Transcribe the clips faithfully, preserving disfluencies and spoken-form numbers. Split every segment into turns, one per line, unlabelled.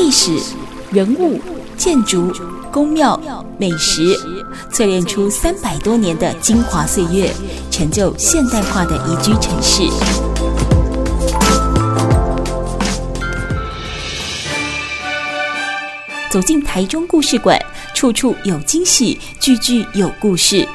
历史、人物、建筑、宫庙、美食，淬炼出三百多年的精华岁月，成就现代化的宜居城市。走进台中故事馆，处处有惊喜，句句有故事。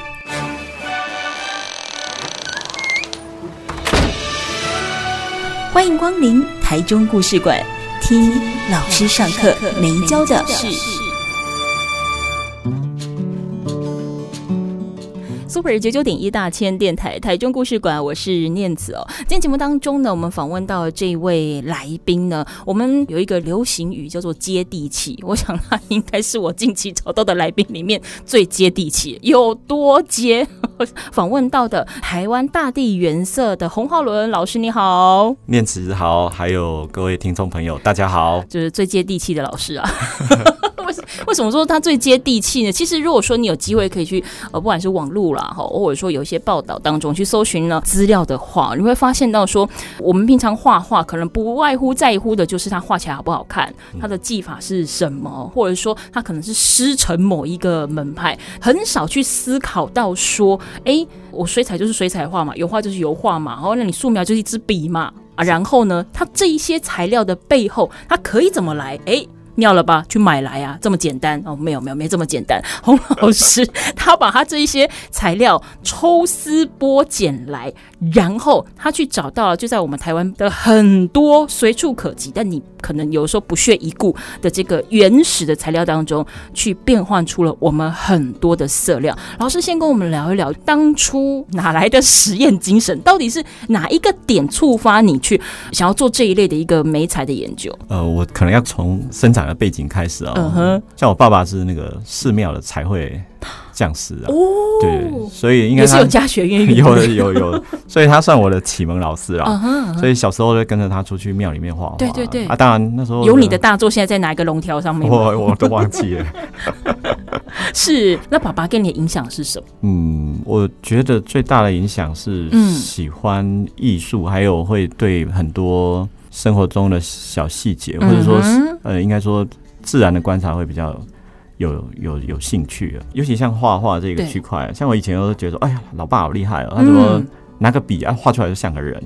欢迎光临台中故事馆，听老师上课没教的事。Super 九九点一大千电台台中故事馆，我是念慈哦。今天节目当中呢，我们访问到这位来宾呢，我们有一个流行语叫做接地气，我想他应该是我近期找到的来宾里面最接地气，有多接？访问到的台湾大地原色的洪浩伦老师，你好。
念慈好，还有各位听众朋友，大家好。
就是最接地气的老师啊。为什么说他最接地气呢？其实如果说你有机会可以去呃，不管是网络啦，或者说有一些报道当中去搜寻呢资料的话，你会发现到说，我们平常画画可能不外乎在乎的就是他画起来好不好看，他的技法是什么，或者说他可能是师承某一个门派，很少去思考到说，哎，我水彩就是水彩画嘛，油画就是油画嘛，然后那你素描就是一支笔嘛，啊，然后呢，他这一些材料的背后，他可以怎么来？哎。妙了吧，去买来啊，这么简单哦？没有没有没这么简单。洪老师他把他这一些材料抽丝剥茧来，然后他去找到了就在我们台湾的很多随处可及，但你可能有时候不屑一顾的这个原始的材料当中，去变换出了我们很多的色料。老师先跟我们聊一聊，当初哪来的实验精神？到底是哪一个点触发你去想要做这一类的一个媒材的研究？
呃，我可能要从生产的背景开始啊、哦。Uh-huh. 像我爸爸是那个寺庙的彩绘匠师啊，哦，对，所以应该他
也是有家学渊源，
有有有，所以他算我的启蒙老师啊。Uh-huh, uh-huh. 所以小时候就跟着他出去庙里面画画。
对对对，
啊，当然那时候
有你的大作，现在在哪一个龙条上面？
我我都忘记了。
是，那爸爸给你的影响是什么？
嗯，我觉得最大的影响是喜欢艺术、嗯，还有会对很多生活中的小细节，或者说、嗯、呃，应该说自然的观察会比较有有有兴趣的。尤其像画画这个区块，像我以前都觉得说，哎呀，老爸好厉害哦，他怎么拿个笔啊画出来就像个人？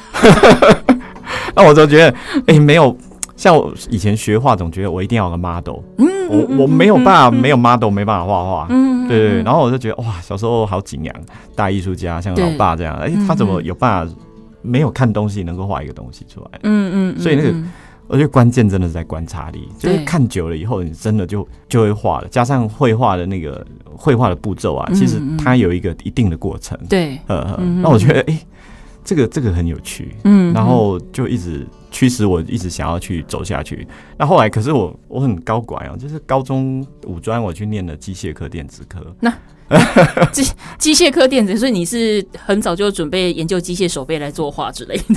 那我就觉得，哎、欸，没有。像我以前学画，总觉得我一定要有个 model， 嗯，我我没有办法，嗯、没有 model 没办法画画，嗯，对对。然后我就觉得哇，小时候好敬仰大艺术家，像老爸这样，哎、欸，他怎么有办法没有看东西能够画一个东西出来？嗯嗯。所以那个，我觉得关键真的是在观察力，就是看久了以后，你真的就就会画了。加上绘画的那个绘画的步骤啊，其实它有一个一定的过程。对，呃，那我觉得哎。欸这个这个很有趣，嗯，然后就一直驱使我一直想要去走下去。那后来，可是我我很高拐哦，就是高中五专我去念了机械科、电子科。那
机机械科、电子，所以你是很早就准备研究机械手背来作画之类的？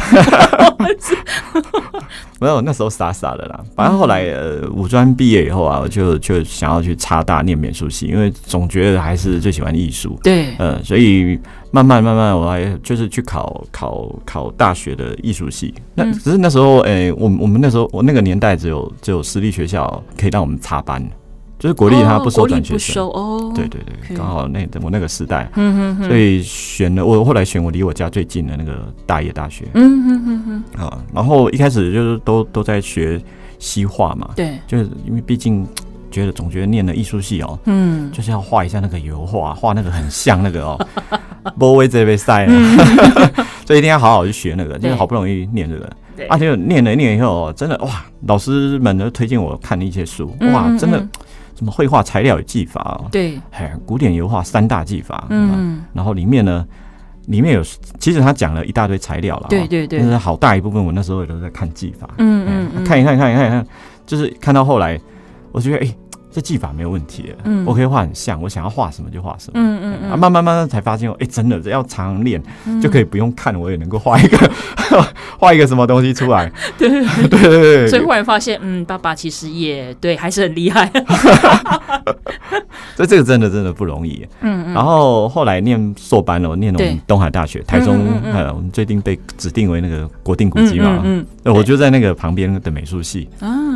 没有，那时候傻傻的啦。反正后来呃，五专毕业以后啊，我就就想要去插大念美术系，因为总觉得还是最喜欢艺术。对，呃，所以慢慢慢慢，我还就是去考考考大学的艺术系。那只是那时候，哎、欸，我我们那时候我那个年代只有只有私立学校可以让我们插班。就是国立他不收转学生，哦，对对对，刚好那我那个时代，嗯、所以选了我后来选我离我家最近的那个大业大学，嗯哼哼哼，啊，然后一开始就是都都在学西画嘛，对，就是因为毕竟觉得总觉得念了艺术系哦，嗯，就是要画一下那个油画，画那个很像那个哦，不会这被晒，所以一定要好好去学那个，就是好不容易念这个。啊，就念了念以后，真的哇，老师们都推荐我看一些书，哇，真的。什么绘画材料与技法哦？对，古典油画三大技法，嗯，然后里面呢，里面有，其实他讲了一大堆材料了，对对对，但是好大一部分我那时候也都在看技法，嗯嗯, 嗯，看一看看一看看，就是看到后来，我觉得哎、欸，这技法没有问题了，嗯，我可以画很像，我想要画什么就画什么，嗯嗯嗯，啊，慢慢慢慢才发现，哎、欸，真的要常常练、嗯，就可以不用看，我也能够画一个画一个什么东西出来，对对对对对，
所以忽然发现，嗯，爸爸其实也对，还是很厉害，
所以这个真的真的不容易，嗯嗯，然后后来念硕班了，我念了我们东海大学，台中，嗯嗯嗯，我们最近被指定为那个国定古迹嘛，嗯嗯，嗯，我就在那个旁边的美术系，啊，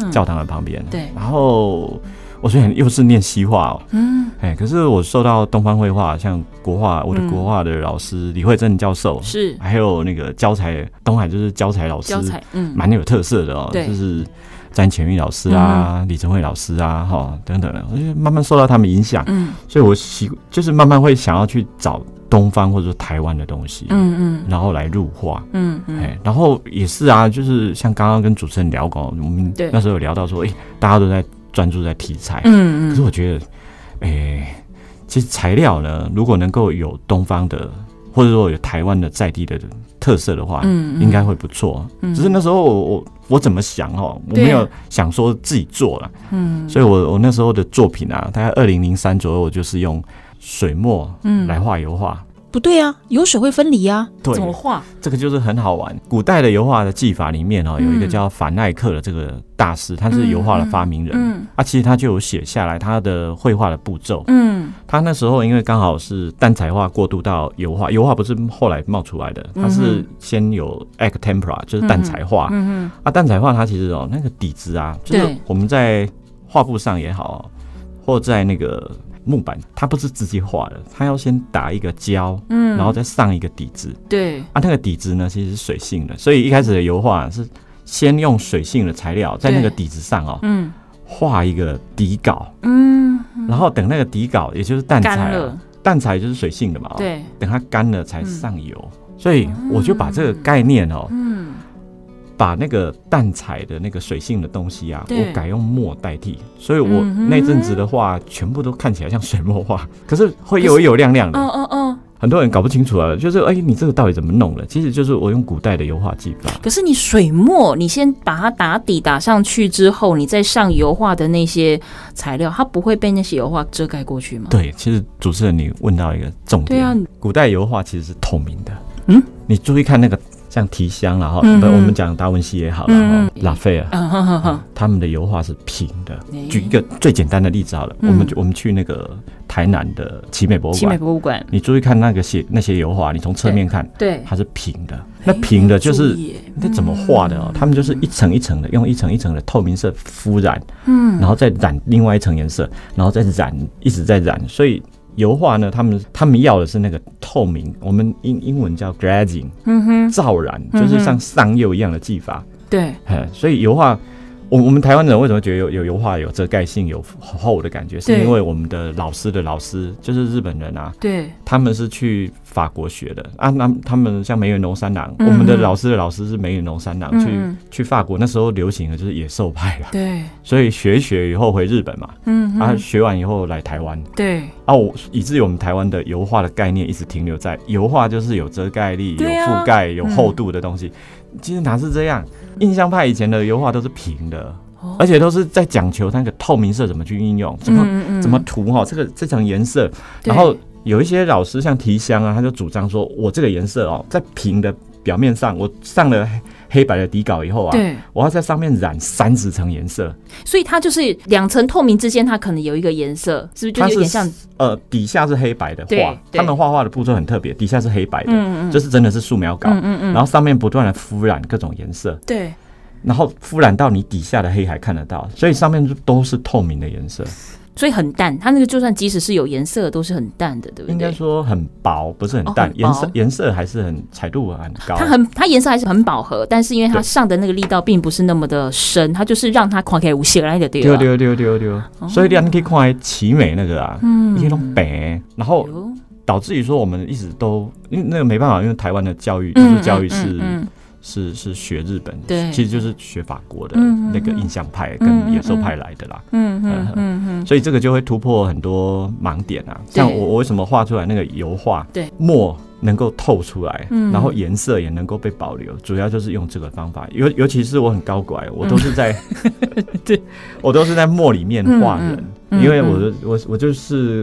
教堂的旁边。
对，
然后我虽然又是念西画哦，嗯，哎，可是我受到东方绘画，像国画，我的国画的老师李惠珍教授是，还有那个教材东海就是教材老师，教材嗯，蛮有特色的哦，就是詹乾玉老师啊、嗯、李成慧老师啊，哈等等的，我就慢慢受到他们影响，嗯，所以我习就是慢慢会想要去找东方或者说台湾的东西，嗯嗯，然后来入画，嗯嗯，哎，然后也是啊，就是像刚刚跟主持人聊过，我们那时候有聊到说，哎，大家都在专注在题材，嗯嗯，可是我觉得，哎，其实材料呢，如果能够有东方的，或者说有台湾的在地的特色的话，嗯嗯，应该会不错。嗯，只是那时候我我我怎么想哦，我没有想说自己做了，嗯，所以我我那时候的作品啊，大概二零零三左右，我就是用水墨来画油画。
不对啊，油水会分离啊，
对，
怎么画？
这个就是很好玩。古代的油画的技法里面哦，有一个叫凡艾克的这个大师，他是油画的发明人。嗯，啊，其实他就有写下来他的绘画的步骤。嗯，他那时候因为刚好是蛋彩画过渡到油画，油画不是后来冒出来的，它是先有 egg tempera， 就是蛋彩画。嗯嗯，啊，蛋彩画它其实哦那个底子啊，就是我们在画布上也好，或在那个木板，它不是直接画的，它要先打一个胶，嗯，然后再上一个底子，对，啊，那个底子呢其实是水性的，所以一开始的油画是先用水性的材料在那个底子上哦，嗯，画一个底稿，嗯，然后等那个底稿，也就是蛋彩啊，蛋彩就是水性的嘛，对，等它干了才上油，嗯，所以我就把这个概念哦，嗯。把那个蛋彩的那个水性的东西啊，我改用墨代替，所以我那阵子的画全部都看起来像水墨画，可是会油油亮亮的。哦哦哦，很多人搞不清楚啊，就是哎，你这个到底怎么弄的？其实就是我用古代的油画技法。
可是你水墨，你先把它打底打上去之后，你再上油画的那些材料，它不会被那些油画遮盖过去吗？
对，其实主持人你问到一个重点，对啊，古代油画其实是透明的。嗯，你注意看那个。像提香啦，哈、嗯，我们讲达文西也好了，嗯、拉斐尔、嗯嗯嗯，他们的油画是平的。欸、举一个最简单的例子好了，嗯、我们我们去那个台南的奇美博物馆，奇
美博物馆，
你注意看那个些那些油画，你从侧面看，对，它是平的。那平的就是那怎么画的哦？他们就是一层一层的，用一层一层的透明色敷染，嗯，然后再染另外一层颜色，然后再染，一直在染，所以。油画呢，他们他们要的是那个透明，我们英英文叫 glazing， 嗯哼，罩染，就是像上釉一样的技法。对，所以油画，我我们台湾人为什么觉得有有油画有遮盖性、有厚的感觉，是因为我们的老师的老师就是日本人啊，对，他们是去法国学的啊，那他们像梅原龙三郎，嗯、我们的老师的老师是梅原龙三郎，嗯、去去法国那时候流行的就是野兽派了，对，所以学一学以后回日本嘛，嗯，啊，学完以后来台湾，对，啊，我以至于我们台湾的油画的概念一直停留在油画就是有遮盖力、有覆盖、有厚度的东西，嗯、其实哪是这样？印象派以前的油画都是平的。而且都是在讲求那个透明色怎么去运用，怎么、嗯嗯、怎么涂哈这个这层颜色，然后有一些老师像提香啊，他就主张说，我这个颜色哦，在平的表面上，我上了黑白的底稿以后啊，对，我要在上面染三十层颜色，
所以它就是两层透明之间，它可能有一个颜色，是不是就有点像？
呃，底下是黑白的画，他们画画的步骤很特别，底下是黑白的，嗯嗯，就是真的是素描稿，嗯嗯嗯，然后上面不断的敷染各种颜色，对。然后敷染到你底下的黑还看得到，所以上面都是透明的颜色，
所以很淡。它那个就算即使是有颜色，都是很淡的，对不对？
应该说很薄，不是很淡，颜、哦、色颜色还是很彩度很高。
它很它颜色还是很饱和，但是因为它上的那个力道并不是那么的深，它就是让它看起来有血来的对吧？
对对对对对，哦、所以你可以看奇美那个啊，嗯，一种白，然后导致于说我们一直都因为那个没办法，因为台湾的教育艺术教育是。嗯嗯嗯是是学日本，对，其实就是学法国的那个印象派跟野兽派来的啦，嗯嗯嗯嗯，所以这个就会突破很多盲点啊。像我我为什么画出来那个油画，对，墨能够透出来，嗯、然后颜色也能够被保留，主要就是用这个方法。尤尤其是我很高拐，我都是在，对，我都是在墨里面画人，嗯嗯、因为我我我就是。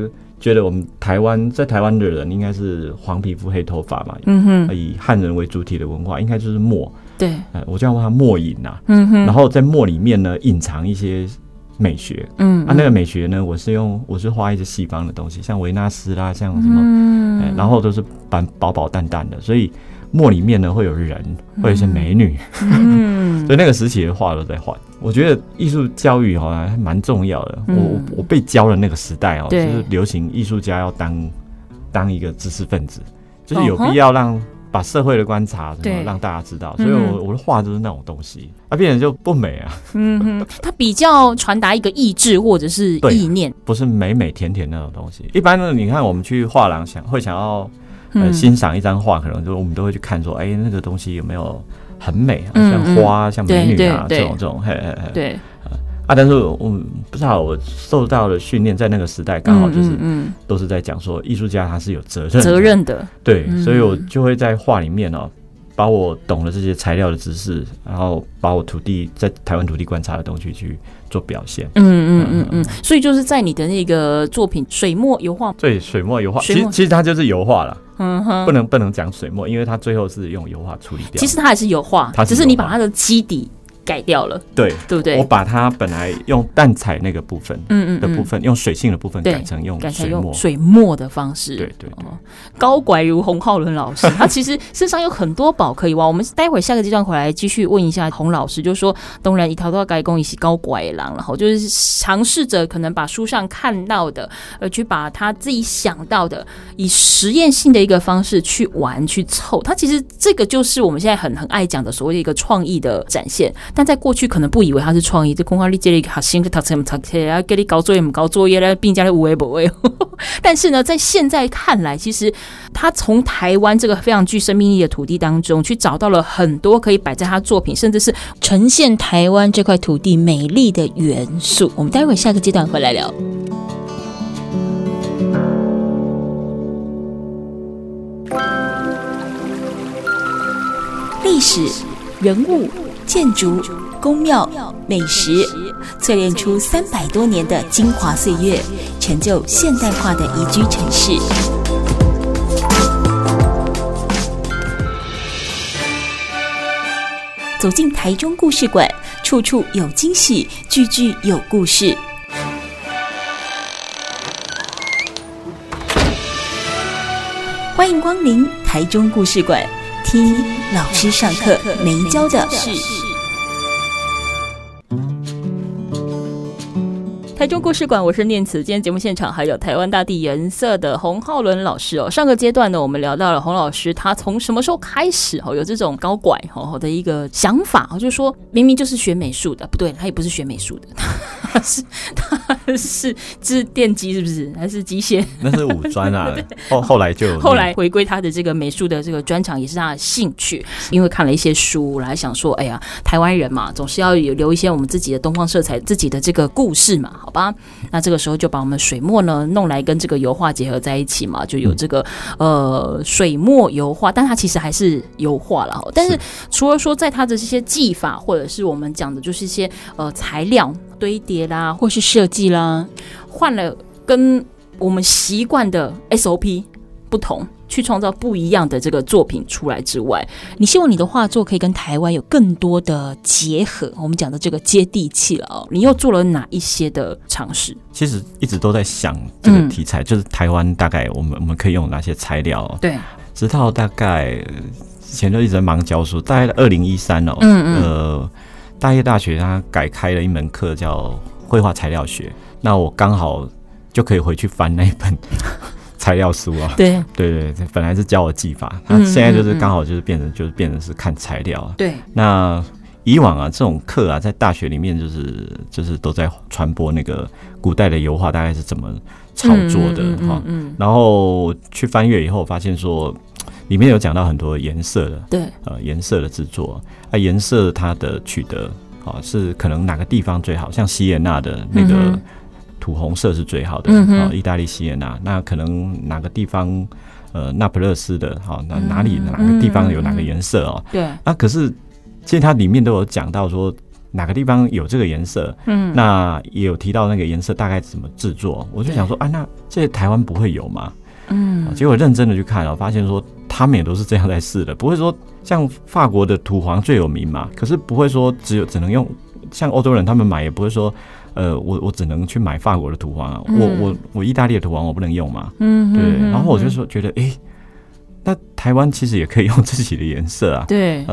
觉得我们台湾在台湾的人应该是黄皮肤黑头发嘛，嗯哼，以汉人为主体的文化，应该就是墨，对，呃，我叫它墨隐呐，嗯哼，然后在墨里面呢隐藏一些美学，嗯，啊，那个美学呢，我是用我是画一些西方的东西，像维纳斯啦，像什么，嗯，欸、然后都是薄薄薄淡淡的，所以墨里面呢会有人，会有一些美女，嗯，所以那个时期的画都在画。 我觉得艺术教育好像还蛮重要的。嗯、我我被教的那个时代哦，就是流行艺术家要当当一个知识分子，就是有必要让把社会的观察什么让大家知道。所以我我的画就是那种东西，啊，变成就不美啊。
嗯哼，它比较传达一个意志或者是意念，
不是美美甜甜那种东西。一般呢，你看我们去画廊想会想要呃欣赏一张画，可能就我们都会去看说，哎、欸，那个东西有没有很美啊，嗯、像花、像美女啊这种这种，嘿嘿嘿，对。啊，但是我不知道，我受到的训练在那个时代刚好就是，嗯嗯嗯都是在讲说艺术家他是有责任的
责任的，
对，嗯、所以我就会在画里面哦，把我懂的这些材料的知识，然后把我土地在台湾土地观察的东西去做表现。
嗯嗯嗯嗯，所以就是在你的那个作品水墨油画，
对，水墨油画，其实其实它就是油画了。嗯哼，不能不能讲水墨，因为它最后是用油画处理掉。
其实它还是油画，只是你把它的基底改掉了，
对
对不对？
我把它本来用淡彩那个部分，嗯嗯的部分，用水性的部分改成用水墨，
水墨的方式，
对对对。
哦、高拐如洪浩伦老师，他其实身上有很多宝可以挖。我们待会下个阶段回来继续问一下洪老师，就是说，当然一套都要改工一起高拐郎，然后就是尝试着可能把书上看到的，呃，去把他自己想到的，以实验性的一个方式去玩去凑。他其实这个就是我们现在很很爱讲的所谓的一个创意的展现。但在过去可能不以为它是创意，这公告你这里学生去读册不读册啊，给你搞作业不搞作业啦，并加了有为不为。但是呢，在现在看来，其实他从台湾这个非常具生命力的土地当中，去找到了很多可以摆在他作品，甚至是呈现台湾这块土地美丽的元素。我们待会下个阶段回来聊。历史、人物、建筑、宫庙、美食，淬炼出三百多年的精华岁月，成就现代化的宜居城市。走进台中故事馆，处处有惊喜，句句有故事。欢迎光临台中故事馆，听老师上课没教的事。台中故事馆，我是念慈。今天节目现场还有台湾大地颜色的洪浩伦老师哦。上个阶段呢，我们聊到了洪老师他从什么时候开始哦有这种高拐哦的一个想法，就是说明明就是学美术的，不对，他也不是学美术的，他是他是是电机是不是？还是机械？
那是五专啊。后后来就
后来回归他的这个美术的这个专长，也是他的兴趣。因为看了一些书，来想说，哎呀，台湾人嘛，总是要有留一些我们自己的东方色彩，自己的这个故事嘛。好吧，那这个时候就把我们水墨呢弄来跟这个油画结合在一起嘛，就有这个呃水墨油画，但它其实还是油画啦。但是除了说在它的这些技法，或者是我们讲的就是一些呃材料堆叠啦，或是设计啦，换了跟我们习惯的 S O P 不同，去创造不一样的这个作品出来之外，你希望你的画作可以跟台湾有更多的结合，我们讲的这个接地气了哦。你又做了哪一些的尝试？
其实一直都在想这个题材，嗯、就是台湾大概我们我们可以用哪些材料、哦？
对，
直到大概以前就一直在忙教书，大概二零一三哦，嗯嗯呃，大业大学它改开了一门课叫绘画材料学，那我刚好就可以回去翻那一本。材料书啊，
对
对对，本来是教我技法，他现在就是刚好就是变成就是变成是看材料啊。
对，
那以往啊这种课啊，在大学里面就是就是都在传播那个古代的油画大概是怎么操作的哈、嗯嗯嗯嗯，然后去翻阅以后发现说，里面有讲到很多颜色的，
对，
呃颜色的制作啊，颜色它的取得啊是可能哪个地方最好，像西耶纳的那个。嗯土红色是最好的，嗯、意大利西耶纳，那可能哪个地方，呃，那不勒斯的，好，那哪里哪个地方有哪个颜色哦？
对，
啊，可是其实它里面都有讲到说哪个地方有这个颜色，嗯，那也有提到那个颜色大概怎么制作，我就想说啊，那这台湾不会有吗？嗯，结果认真的去看了，发现说他们也都是这样在试的，不会说像法国的土黄最有名嘛，可是不会说只有只能用，像欧洲人他们买也不会说。呃，我我只能去买法国的土黄啊，嗯、我我我意大利的土黄我不能用嘛，嗯，对，嗯、然后我就说觉得，哎、欸，那台湾其实也可以用自己的颜色啊，
对，
嗯，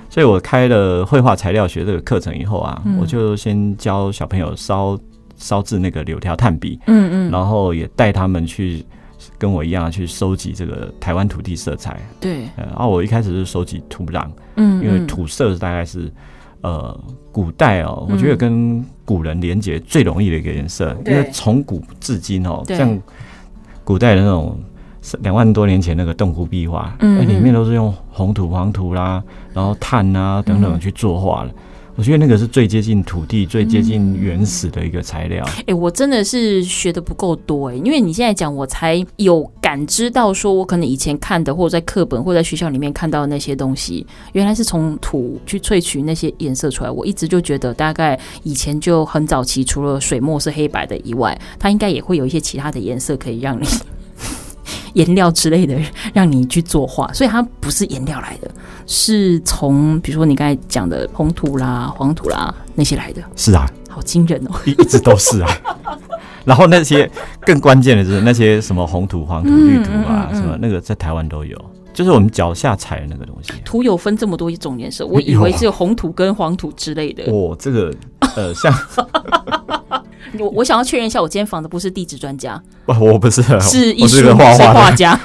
所以我开了绘画材料学这个课程以后啊，嗯、我就先教小朋友烧烧制那个柳条炭笔，嗯嗯，然后也带他们去跟我一样去收集这个台湾土地色彩。
对，
呃，然后我一开始是收集土壤，嗯，因为土色大概是呃古代哦，我觉得跟古人连结最容易的一个颜色，因为从古至今哦，像古代的那种两万多年前那个洞窟壁画，嗯，里面都是用红土、黄土啦，然后碳啊等等去作画的。我觉得那个是最接近土地、最接近原始的一个材料。
哎、欸，我真的是学的不够多哎、欸，因为你现在讲，我才有感知到，说我可能以前看的，或者在课本或者在学校里面看到的那些东西，原来是从土去萃取那些颜色出来。我一直就觉得，大概以前就很早期，除了水墨是黑白的以外，它应该也会有一些其他的颜色可以让你颜料之类的让你去作画，所以它不是颜料来的，是从比如说你刚才讲的红土啦、黄土啦那些来的。
是啊，
好惊人哦，
一一直都是啊。然后那些更关键的是那些什么红土、黄土、绿土啊，嗯嗯嗯、什么那个在台湾都有，就是我们脚下踩的那个东西。
土有分这么多种颜色，我以为只有红土跟黄土之类的。
哦，这个呃，像。
我我想要确认一下，我今天访的不是地质专家，
我不是，
是艺术，
是画画
是画家。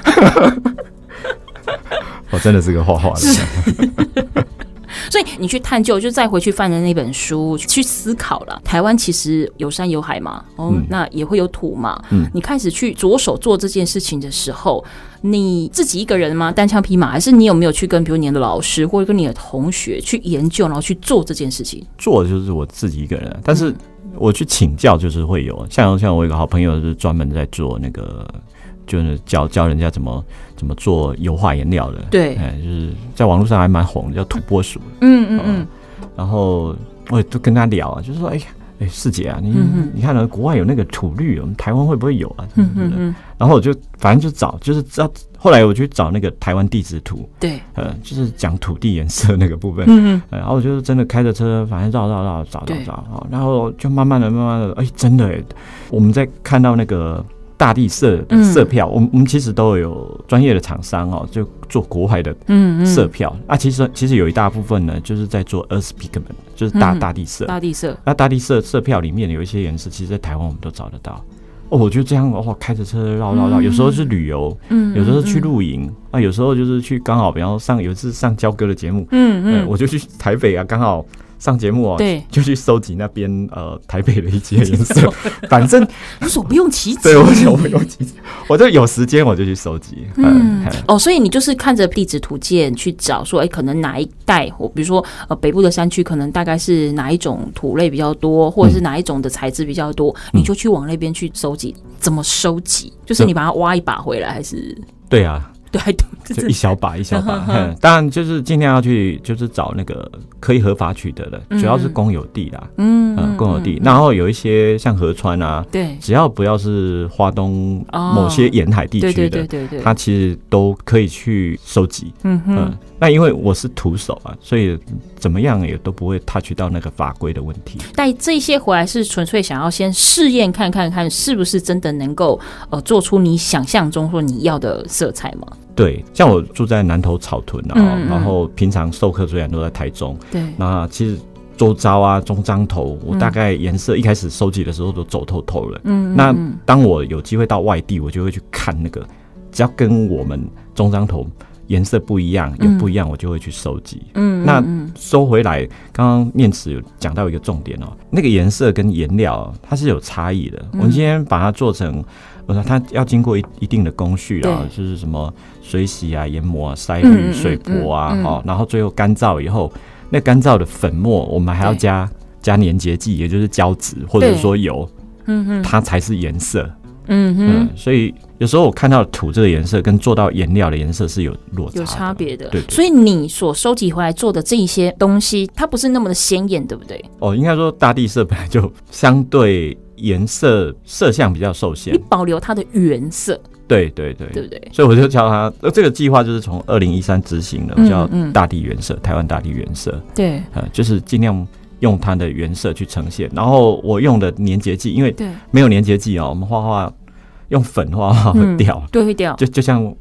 我真的是个画画的。
所以你去探究，就再回去翻的那本书，去思考了。台湾其实有山有海嘛，哦，嗯、那也会有土嘛。嗯，你开始去着手做这件事情的时候，你自己一个人吗？单枪匹马，还是你有没有去跟比如你的老师或者跟你的同学去研究，然后去做这件事情？
做的就是我自己一个人，但是。嗯我去请教就是会有，像像我有一个好朋友是专门在做那个，就是教教人家怎么怎么做油画颜料的，
对，
哎，就是在网络上还蛮红的，叫土拨鼠，
嗯嗯嗯，
然后我也都跟他聊啊，就是说，哎呀，哎，师姐啊，你、嗯、你看呢，国外有那个土绿，我们台湾会不会有啊？嗯嗯嗯，然后我就反正就找，就是知道。后来我去找那个台湾地质图，
对，
呃，就是讲土地颜色那个部分，嗯嗯、呃，然后我就真的开着车，反正绕绕绕找找找，然后就慢慢的、慢慢的，哎、欸，真的，哎，我们在看到那个大地色的色票，嗯、我们我们其实都有专业的厂商哦，就做国外的色票，嗯嗯、啊，其实其实有一大部分呢，就是在做 Earth Pigment， 就是大、嗯、大地色，
大地色，
那大地色色票里面有一些颜色，其实在台湾我们都找得到。哦，我就这样哇，开着车绕绕绕，有时候是旅游，嗯，有时候是去露营、嗯、啊，有时候就是去刚好，比方说上有一次上焦哥的节目，嗯嗯、呃，我就去台北啊，刚好上节目哦，
对，
就去收集那边呃台北的一些颜色，反正
无所不用其极，
对，我所不用其极，我就有时间我就去收集，
嗯，哦，所以你就是看着地质图鉴去找说，哎、欸，可能哪一带，或比如说呃北部的山区，可能大概是哪一种土类比较多，或者是哪一种的材质比较多，嗯、你就去往那边去收集。怎么收集？就是你把它挖一把回来，还是？
对啊。
对，
就一小把一小把，嗯，当然就是尽量要去，就是找那个可以合法取得的，嗯、主要是公有地啦，嗯，呃、公有地，嗯、然后有一些像河川啊，
对，
只要不要是花东某些沿海地区的，
对对对对，
它其实都可以去收集，嗯哼、呃，那因为我是徒手啊，所以怎么样也都不会 touch 到那个法规的问题。
带这些回来是纯粹想要先试验看看看是不是真的能够呃做出你想象中说你要的色彩吗？
对，像我住在南投草屯啊，嗯嗯然后平常授课虽然都在台中，对，那其实周遭啊、中彰投，我大概颜色一开始收集的时候都走透透了。嗯，那当我有机会到外地，我就会去看那个，只要跟我们中彰投颜色不一样，有不一样，我就会去收集。嗯，那收回来，刚刚念慈有讲到一个重点哦，那个颜色跟颜料它是有差异的。嗯、我们今天把它做成。它要经过 一, 一定的工序啊，就是什么水洗啊、研磨啊、筛滤、水泼啊，嗯嗯嗯嗯、然后最后干燥以后，那干燥的粉末，我们还要加加粘结剂，也就是胶质或者说油，嗯它才是颜色。嗯哼嗯，所以有时候我看到土这个颜色跟做到颜料的颜色是有落差的，
有差别的。
对, 对，
所以你所收集回来做的这一些东西，它不是那么的鲜艳，对不对？
哦，应该说大地色本来就相对颜色色相比较受限，
你保留它的原色。
对对对，
对不对？
所以我就教他，呃，这个计划就是从二零一三执行的，叫大地原色，嗯嗯、台湾大地原色。对，呃，就是尽量用它的原色去呈现。然后我用的粘结剂，因为没有粘结剂哦，我们画画用粉画画会掉，
嗯、对，会掉。
就就像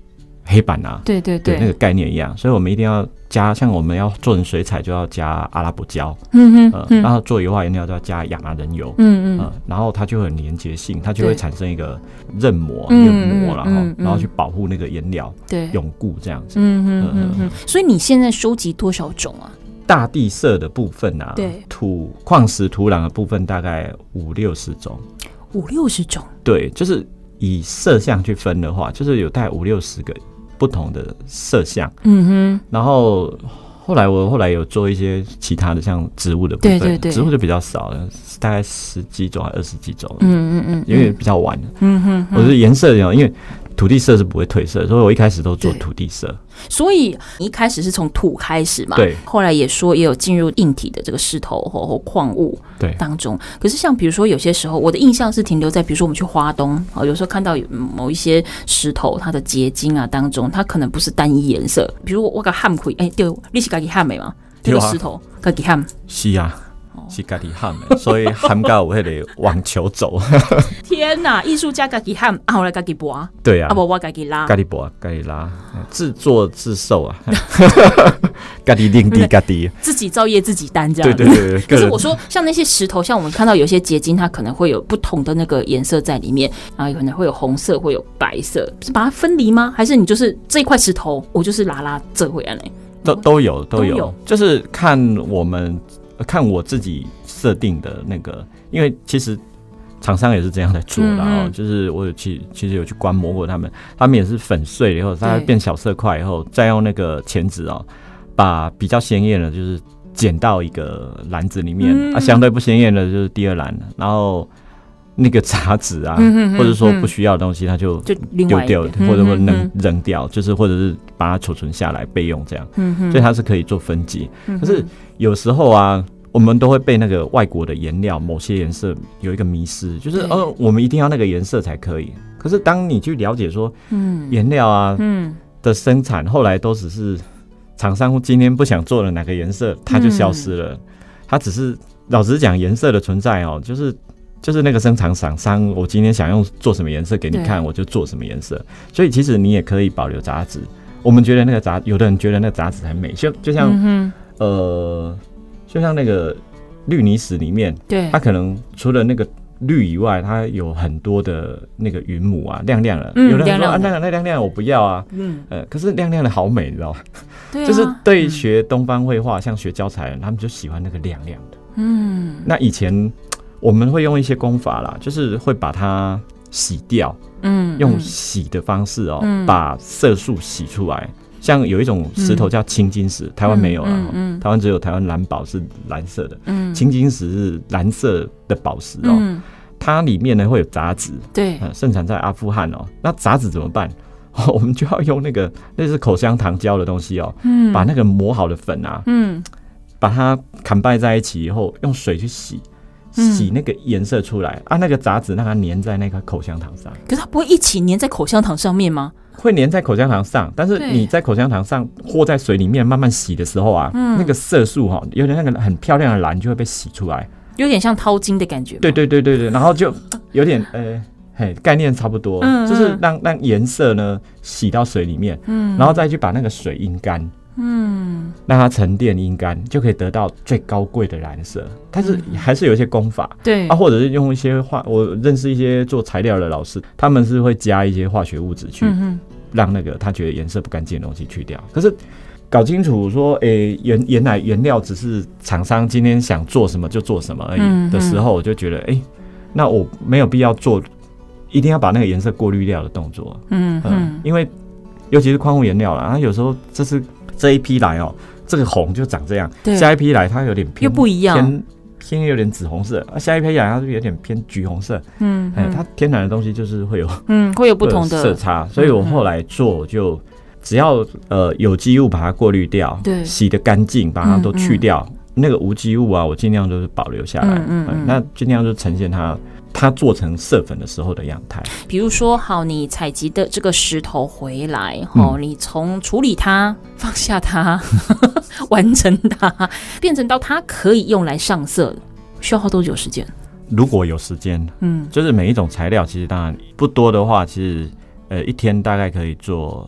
黑板啊，
对对 对,
对，那个概念一样，所以我们一定要加，像我们要做成水彩就要加阿拉伯胶，
嗯哼、
呃，然后做油画颜料就要加亚麻仁油，
嗯嗯、
呃，然后它就会很连结性，它就会产生一个韧膜、一个膜，然后、嗯嗯、然后去保护那个颜料，对，永固这样子。
嗯嗯嗯嗯。所以你现在收集多少种啊？
大地色的部分啊，对，土矿石土壤的部分大概五六十种，
五六十种，
对，就是以色相去分的话，就是有大概五六十个不同的色相，嗯哼，然后后来我后来有做一些其他的，像植物的部分，对对对，植物就比较少了，大概十几种还二十几种，嗯嗯嗯，因为比较晚了，嗯哼，我是颜色，因为土地色是不会褪色，所以我一开始都做土地色。
所以你一开始是从土开始嘛？
对。
后来也说也有进入硬体的这个石头或矿物当中。可是像比如说有些时候，我的印象是停留在比如说我们去花东，有时候看到有某一些石头它的结晶啊当中，它可能不是单一颜色。比如我个焊开，哎，对，你是自己焊的吗？这个石头自己焊？
是啊。是自己焊的，所以焊到有那个网球肘。
天哪！艺术家自己焊，啊，后来自己拔。
对啊，
啊不，我自己拉，
自己拔，自己拉，自作自受啊。自己领地，自己
自己造业自己担这样。
对对对对。
可是我说，像那些石头，像我们看到有些结晶，它可能会有不同的那个颜色在里面，然后可能会有红色，会有白色，是把它分离吗？还是你就是这一块石头，我就是拉拉这回来呢？
都都有都有，都有就是看我们。看我自己设定的那个，因为其实厂商也是这样在做的，然后、嗯嗯、就是我有去其实有去观摩过他们，他们也是粉碎了以后，它变小色块以后，再用那个钳子哦，把比较鲜艳的，就是剪到一个篮子里面，嗯、啊，相对不鲜艳的就是第二篮，然后那个杂质啊，嗯、或者说不需要的东西，它就丢掉，或者说扔扔掉，就是或者是把它储存下来备用这样，嗯、所以它是可以做分级，嗯、可是有时候啊。我们都会被那个外国的颜料某些颜色有一个迷失，就是呃，我们一定要那个颜色才可以。可是当你去了解说，嗯，颜料啊，嗯的生产后来都只是厂商今天不想做了哪个颜色，它就消失了。嗯、它只是老实讲，颜色的存在哦，就是就是那个生产厂商，我今天想用做什么颜色给你看，我就做什么颜色。所以其实你也可以保留杂质。我们觉得那个杂，有的人觉得那个杂质很美，就就像、嗯、呃。就像那个绿泥石里面，对，它可能除了那个绿以外，它有很多的那个云母啊，亮亮的。嗯、有的人说啊，那个那亮亮我不要啊，嗯，呃，可是亮亮的好美，你知道吗？对、啊，就是对学东方绘画，嗯、像学教材人，他们就喜欢那个亮亮的。嗯，那以前我们会用一些功法啦，就是会把它洗掉，嗯，用洗的方式哦，嗯、把色素洗出来。像有一种石头叫青金石，嗯、台湾没有了，嗯嗯，台湾只有台湾蓝宝是蓝色的，嗯，青金石是蓝色的宝石哦，嗯、它里面呢会有杂质，对，呃，盛产在阿富汗哦。那杂质怎么办？哦、我们就要用那个类似口香糖胶的东西哦，嗯，把那个磨好的粉啊，嗯，把它砍掰在一起以后，用水去洗。洗那个颜色出来、嗯、啊，那个杂质让它粘在那个口香糖上。
可是它不会一起粘在口香糖上面吗？
会粘在口香糖上，但是你在口香糖上和在水里面慢慢洗的时候啊，嗯、那个色素哈，有点那个很漂亮的蓝就会被洗出来，
有点像掏金的感觉。
对对对对对，然后就有点呃，嘿，概念差不多，嗯、就是让让颜色呢洗到水里面，嗯，然后再去把那个水阴干。嗯，让它沉淀阴干，就可以得到最高贵的蓝色。但是还是有一些功法，对啊，或者是用一些化，我认识一些做材料的老师，他们是会加一些化学物质去让那个他觉得颜色不干净的东西去掉。可是搞清楚说，诶、欸，原原来原料只是厂商今天想做什么就做什么而已的时候，我就觉得，哎、欸，那我没有必要做，一定要把那个颜色过滤掉的动作。嗯嗯，因为尤其是矿物颜料啦，它有时候这是。这一批来哦，这个红就长这样，下一批来它有点偏
又不一样，
偏偏有点紫红色，啊，下一批来它就有点偏橘红色，嗯，嗯它天然的东西就是会有，
嗯，会有不同的
色差，所以我后来做就只要呃有机物把它过滤掉，对，洗得干净，把它都去掉，嗯嗯、那个无机物啊，我尽量都是保留下来，嗯嗯嗯、那尽量就呈现它。它做成色粉的时候的样态，
比如说，好，你采集的这个石头回来，哦，嗯、你从处理它、放下它、完成它，变成到它可以用来上色，需要花多久时间？
如果有时间，嗯，就是每一种材料，其实当然不多的话，其实呃一天大概可以做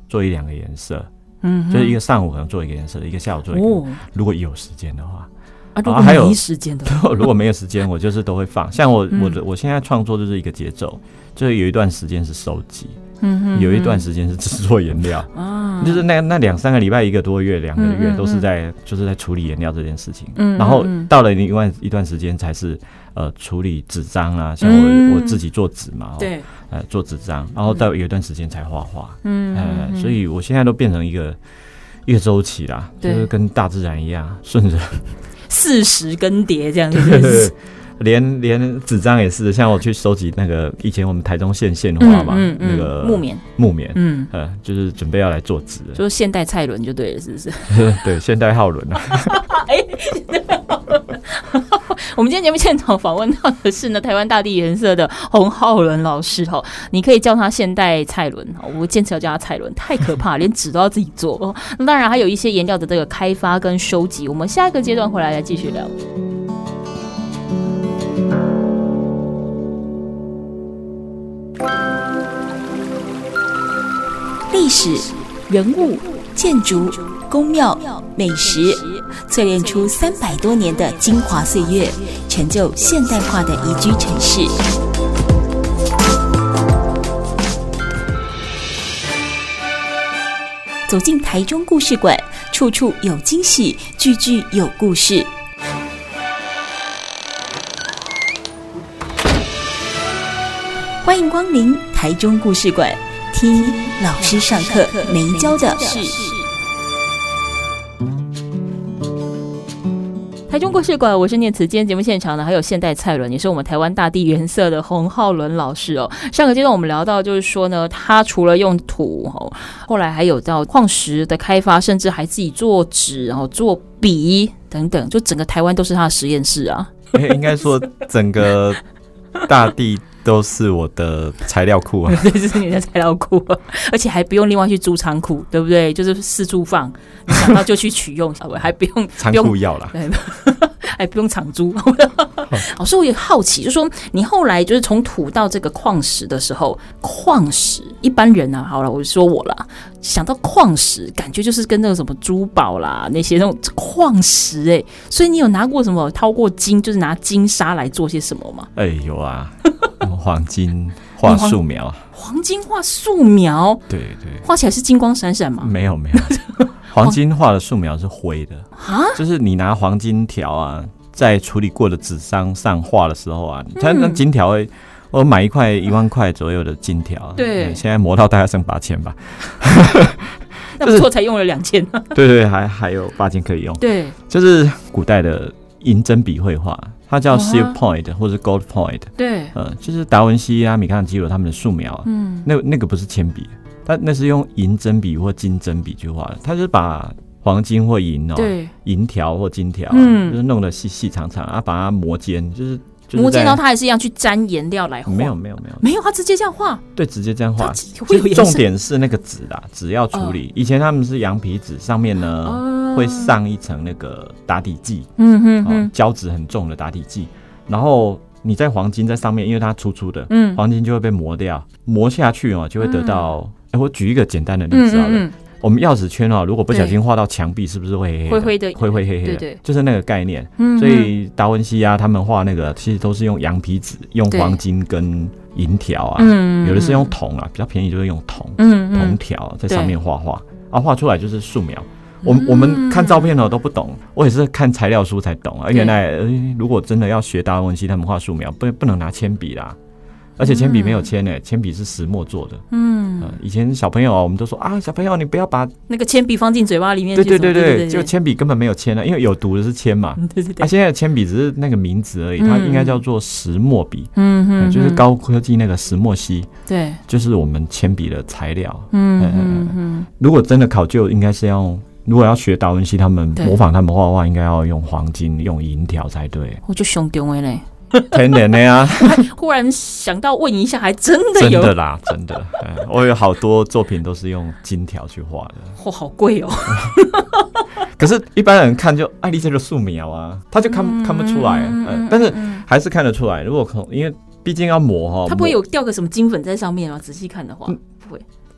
做一两个颜色，嗯，就是一个上午可能做一个颜色，一个下午做一个、哦、如果有时间的话
啊，如果没时间的话，
如果没有时间，我就是都会放。像我、嗯、我的我现在创作就是一个节奏，就是有一段时间是收集，嗯哼哼，有一段时间是制作颜料啊，就是那那两三个礼拜、一个多月、两个月都是在、嗯、就是在处理颜料这件事情。嗯，然后到了另外一段时间才是呃处理纸张啊，像我、嗯、我自己做纸嘛，对，呃做纸张，然后到有一段时间才画画。嗯，呃，所以我现在都变成一个一个周期啦，就是跟大自然一样，顺着。
四时更迭这样子，
连连纸张也是，像我去收集那个以前我们台中县县花嘛，嗯嗯嗯、那个
木棉，
木棉，嗯，呃，就是准备要来做纸，
就是现代蔡伦就对了，是不是？
对，现代浩伦啊。哎，
我们今天节目现场访问到的是呢，台湾大地颜色的洪浩伦老师哈，你可以叫他现代蔡伦，我坚持要叫他蔡伦，太可怕，连纸都要自己做。那当然还有一些颜料的这个开发跟收集，我们下一个阶段回来来继续聊。历史、人物、建筑、宫庙、美食，淬炼出三百多年的精华岁月，成就现代化的宜居城市。走进台中故事馆，处处有惊喜，句句有故事。欢迎光临台中故事馆，听老师上课没教的事。台中故事馆，我是念慈。今天节目现场呢，还有现代蔡伦，也是我们台湾大地原色的洪浩伦老师哦。上个阶段我们聊到，就是说呢，他除了用土，后来还有到矿石的开发，甚至还自己做纸，然后做笔等等，就整个台湾都是他的实验室啊。
欸、应该说整个大地都是我的材料库啊，
对，这是你的材料库，而且还不用另外去租仓库，对不对？就是四处放，你想到就去取用，还不用
仓库要啦，
对，还不用场租。老师，我也好奇，就是说你后来就是从土到这个矿石的时候，矿石一般人啊，好了，我说我啦，想到矿石，感觉就是跟那个什么珠宝啦那些那种矿石哎、欸，所以你有拿过什么掏过金，就是拿金沙来做些什么吗？
哎、欸，有啊。黄金画素描、嗯、
黄, 黄金画素描，
对对，
画起来是金光闪闪吗？
没有没有，黄金画的素描是灰的啊，就是你拿黄金条啊，在处理过的纸张上画的时候啊，它那金条会，我买一块一万块左右的金条，对，现在磨到大概剩八千吧。
那不错，才用了两千。
对对，还还有八千可以用。
对，
就是古代的银针笔绘画。它叫 silk point 或者 gold point，
对，
呃，就是达文西啊、米开朗基罗他们的素描，嗯，那那个不是铅笔，它那是用银针笔或金针笔去画的，它就是把黄金或银哦，对，银条或金条、啊，嗯，就是弄得细细长长啊，把它磨尖，就是。
磨尖到它还是一样去沾颜料来画？
没有没有没有
没有，它直接这样画。
对，直接这样画。重点是那个纸啦，纸要处理。呃、以前他们是羊皮纸，上面呢、呃、会上一层那个打底剂，嗯哼哼，哦、胶质很重的打底剂。然后你在黄金在上面，因为它粗粗的，嗯，黄金就会被磨掉，磨下去哦，就会得到。哎、嗯欸，我举一个简单的例子好了。嗯嗯嗯，我们钥匙圈哦，如果不小心画到墙壁，是不是会黑黑的？灰灰的，灰灰黑黑的，对对，就是那个概念。嗯，所以达文西啊，他们画那个其实都是用羊皮纸、用黄金跟银条啊，嗯，有的是用铜啊，比较便宜就是用铜，嗯，铜条在上面画画，啊，画出来就是素描。我我们看照片哦都不懂，我也是看材料书才懂啊。原来、呃、如果真的要学达文西他们画素描，不不能拿铅笔啦。而且铅笔没有铅诶、欸，铅笔是石墨做的。嗯、呃，以前小朋友啊，我们都说啊，小朋友你不要把
那个铅笔放进嘴巴里面。
对对对对，就铅笔根本没有铅啊，因为有毒的是铅嘛。对对对。啊，现在的铅笔只是那个名字而已，嗯、它应该叫做石墨笔。嗯哼、呃，就是高科技那个石墨烯。对，就是我们铅笔的材料。嗯嗯嗯。如果真的考究，应该是要。如果要学达文西他们模仿他们画画，应该要用黄金、用银条才对。
我就凶丢的嘞。
天然的呀！
忽然想到问一下，还真的有，
真的啦，真的。我有好多作品都是用金条去画的，
哇，好贵哦。
可是，一般人看就爱丽这个素描啊，他就看、嗯、看不出来、嗯嗯，但是还是看得出来。如果因为毕竟要磨哈，
它不会有掉个什么金粉在上面吗？仔细看的话，嗯、不会。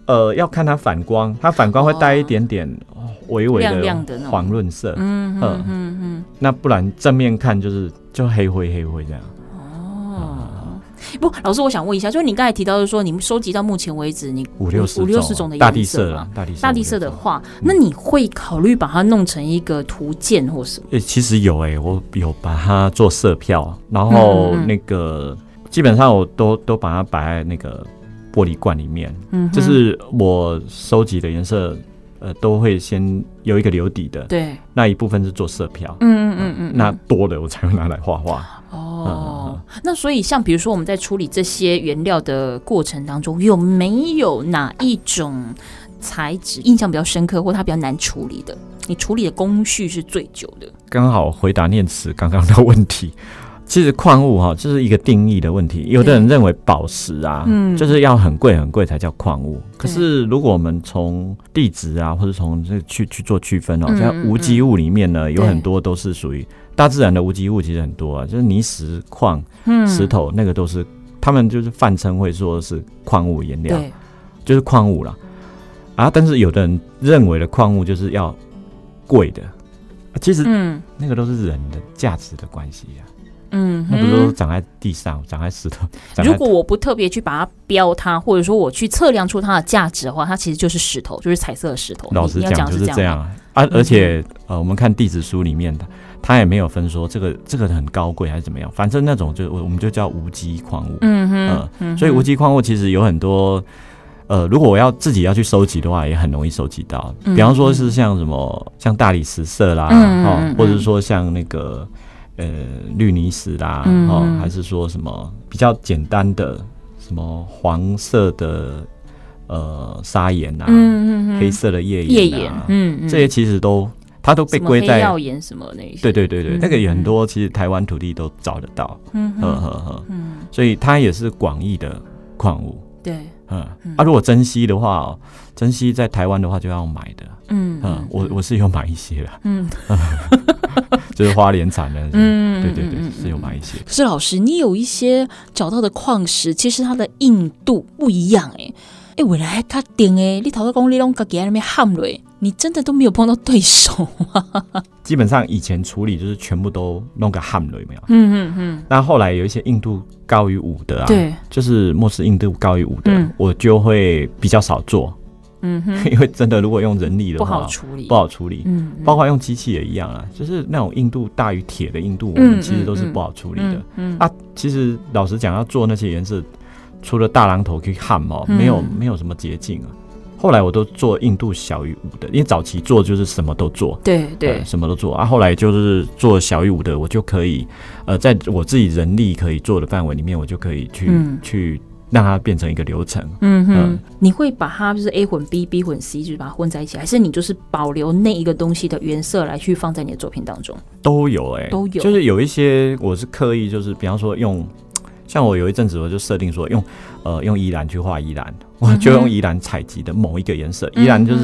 呃，要看它反光，它反光会带一点点微微的黄润色，
嗯嗯嗯嗯，
那不然正面看就是就黑灰黑灰这样。
哦，嗯、不，老师，我想问一下，就是你刚才提到的说，你们收集到目前为止，你
五六十
五六十种的
大地色
嘛，
大地色
大地色的话，那你会考虑把它弄成一个图鉴或什么？
欸、其实有哎、欸，我有把它做色票，然后那个、嗯、基本上我都都把它摆在那个玻璃罐里面，嗯，就是我收集的颜色，呃，都会先有一个留底的，
对，
那一部分是做色票，
嗯嗯嗯嗯，
那多的我才会拿来画画。
哦、嗯，那所以像比如说我们在处理这些原料的过程当中，有没有哪一种材质印象比较深刻，或它比较难处理的？你处理的工序是最久的？
刚好回答念慈刚刚的问题。其实矿物哈，就是一个定义的问题。有的人认为宝石啊，嗯，就是要很贵很贵才叫矿物。可是如果我们从地质啊，或者从这去去做区分哦，嗯、像无机物里面呢，有很多都是属于大自然的无机物，其实很多啊，就是泥石矿、石头，那个都是他们就是泛称会说是矿物颜料，就是矿物啦。啊，但是有的人认为的矿物就是要贵的，其实那个都是人的价值的关系啊。嗯，那不是都长在地上，长在石头。
如果我不特别去把它标它，或者说我去测量出它的价值的话，它其实就是石头，就是彩色的石头。
老实讲就是这样啊，而且、嗯、呃，我们看地质书里面的，它也没有分说这个这个很高贵还是怎么样，反正那种就我们就叫无机矿物。嗯哼，呃、嗯哼，所以无机矿物其实有很多。呃，如果我要自己要去收集的话，也很容易收集到。比方说是像什么，嗯、像大理石色啦，嗯哦、或者说像那个。呃，绿泥石啦，嗯、哦，还是说什么比较简单的什么黄色的呃砂岩啊，嗯嗯、黑色的页岩啊，岩嗯嗯、这些其实都它都被归在
黑曜岩什么那些，
对对对对，嗯、那个也很多，其实台湾土地都找得到，嗯呵呵呵，嗯，所以它也是广义的矿物，
对，
嗯，嗯啊，如果珍稀的话哦，珍稀在台湾的话就要买的，嗯嗯，我我是有买一些啦，嗯。就是花莲产的，嗯，对对对，是有买一些。
可是老师，你有一些找到的矿石，其实它的硬度不一样哎、欸，哎、欸，未来它定哎，你头先讲你拢自己在那边焊了，你真的都没有碰到对手吗？
基本上以前处理就是全部都弄个焊了，有没有？嗯嗯嗯。那后来有一些硬度高于五的啊，对，就是莫氏硬度高于五的，嗯、我就会比较少做。嗯哼，因为真的，如果用人力的话，
不好处理，
不好处理。嗯，包括用机器也一样啊，就是那种硬度大于铁的硬度，我们其实都是不好处理的。嗯, 嗯, 嗯啊，其实老实讲，要做那些颜色，除了大榔头可以焊哦，没有没有什么捷径啊。后来我都做硬度小于五的，因为早期做就是什么都做，
对对、
呃，什么都做啊。后来就是做小于五的，我就可以呃，在我自己人力可以做的范围里面，我就可以去、嗯、去。让它变成一个流程。
嗯哼，嗯你会把它就是 A 混 B，B 混 C， 就是把它混在一起，还是你就是保留那一个东西的原色来去放在你的作品当中？
都有哎、欸，
都有。
就是有一些我是刻意，就是比方说用，像我有一阵子我就设定说用呃用宜兰去画宜兰，我就用宜兰采集的某一个颜色，宜兰、嗯、就是。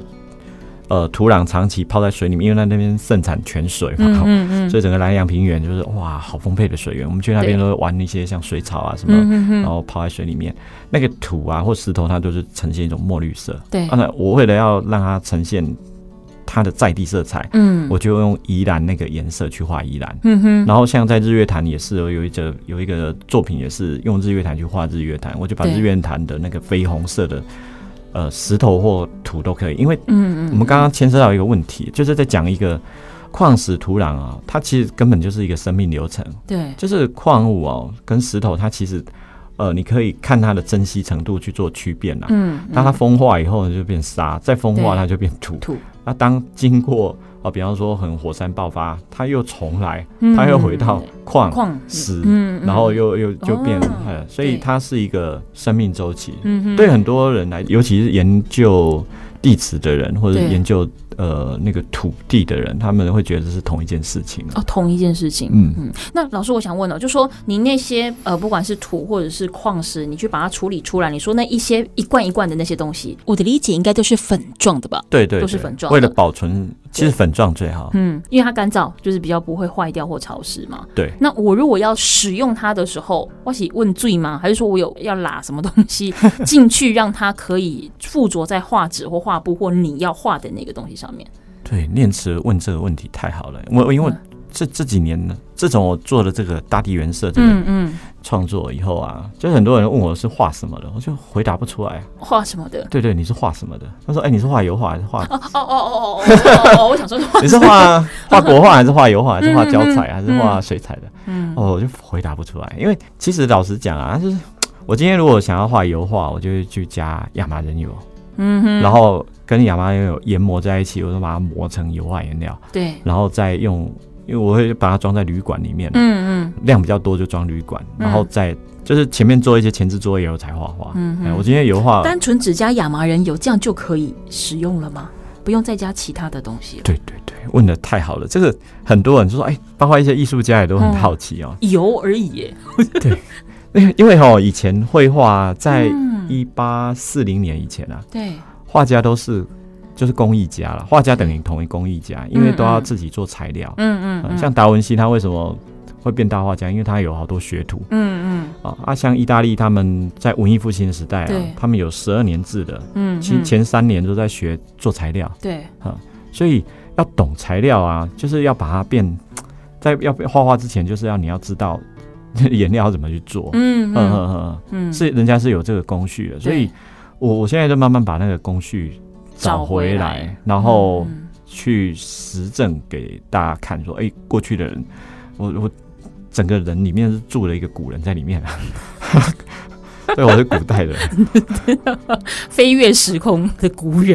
呃，土壤长期泡在水里面，因为那边盛产泉水嘛，嗯嗯嗯、所以整个南洋平原就是哇，好丰沛的水源。我们去那边都玩一些像水草啊什么，嗯嗯、然后泡在水里面，那个土啊或石头，它都是呈现一种墨绿色。对，啊，我为了要让它呈现它的在地色彩，嗯，我就用宜兰那个颜色去画宜兰。嗯哼，然后像在日月潭也是有一个有一个作品也是用日月潭去画日月潭，我就把日月潭的那个绯红色的。呃，石头或土都可以，因为我们刚刚牵涉到一个问题，嗯嗯、就是在讲一个矿石土壤啊，它其实根本就是一个生命流程。对，就是矿物哦，跟石头它其实，呃，你可以看它的珍稀程度去做区别啦。嗯，当它风化以后呢，就变沙，再风化它就变土。土，那当经过啊、呃，比方说很火山爆发，它又重来，嗯、它又回到矿矿石，嗯嗯、然后又又就变，哦嗯、所以它是一个生命周期。嗯、对很多人来，尤其是研究地质的人，或者研究呃那个土地的人，他们会觉得是同一件事情
哦，同一件事情。嗯嗯。那老师，我想问哦，就说你那些呃，不管是土或者是矿石，你去把它处理出来，你说那一些一罐一罐的那些东西，我的理解应该都是粉状的吧？
对 对, 对，
都是粉状的。
为了保存其实粉状最好，
嗯，因为它干燥，就是比较不会坏掉或潮湿嘛。
对。
那我如果要使用它的时候，我是问罪吗？还是说我有要拉什么东西进去，让它可以附着在画纸或画布或你要画的那个东西上面？
对，念慈问这个问题太好了，我因为这这几年呢，自从我做了这个大地原色这个创作以后啊，嗯嗯、就很多人问我是画什么的，我就回答不出来。
画什么的？对
对，你是画什么的？他说：“哎、欸，你是画油画还是画？”
哦哦哦哦哦哦！我想说
你是画画国画还是画油画还是画胶彩、嗯、还是画水彩的？嗯，哦，我就回答不出来，因为其实老实讲啊，就是我今天如果想要画油画，我就会去加亚麻仁油，嗯哼，然后跟亚麻仁油研磨在一起，我就把它磨成油画颜料，对，然后再用。因为我会把它装在旅馆里面，嗯嗯，量比较多就装旅馆，嗯、然后再就是前面做一些前置作业后才画画。嗯, 嗯，我今天油画
单纯只加亚麻仁油，这样就可以使用了吗？不用再加其他的东西了？
对对对，问得太好了，这个很多人就说，哎，包括一些艺术家也都很好奇哦。
嗯、油而已耶。
对，因为哈、哦、以前绘画在一八四零年以前啊，对，画家都是。就是工艺家了，画家等于同一工艺家，因为都要自己做材料。嗯 嗯, 嗯，像达文西他为什么会变大画家？因为他有好多学徒。嗯嗯，啊，像意大利他们在文艺复兴的时代啊，他们有十二年制的，嗯，前前三年都在学做材料。对，啊，所以要懂材料啊，就是要把它变，在要画画之前，就是要你要知道颜料要怎么去做。嗯嗯嗯嗯，是人家是有这个工序的，所以我我现在就慢慢把那个工序。找回来，然后去实证给大家看，说，哎、欸，过去的人，我我整个人里面是住了一个古人在里面啊。对，我是古代的人，
飞越时空的古人。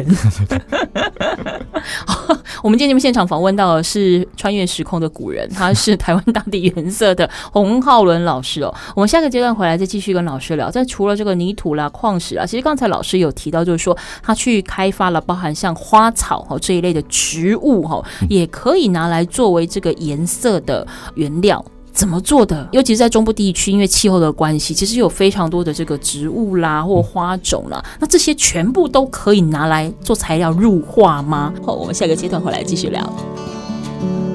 我们今天节目现场访问到的是穿越时空的古人，他是台湾大地原色的洪浩伦老师哦。我们下个阶段回来再继续跟老师聊。在除了这个泥土啦、矿石啦，其实刚才老师有提到，就是说他去开发了包含像花草这一类的植物，也可以拿来作为这个颜色的原料。怎么做的？尤其是在中部地区，因为气候的关系，其实有非常多的这个植物啦或花种啦，那这些全部都可以拿来做材料入画吗？好，我们下个阶段回来继续聊。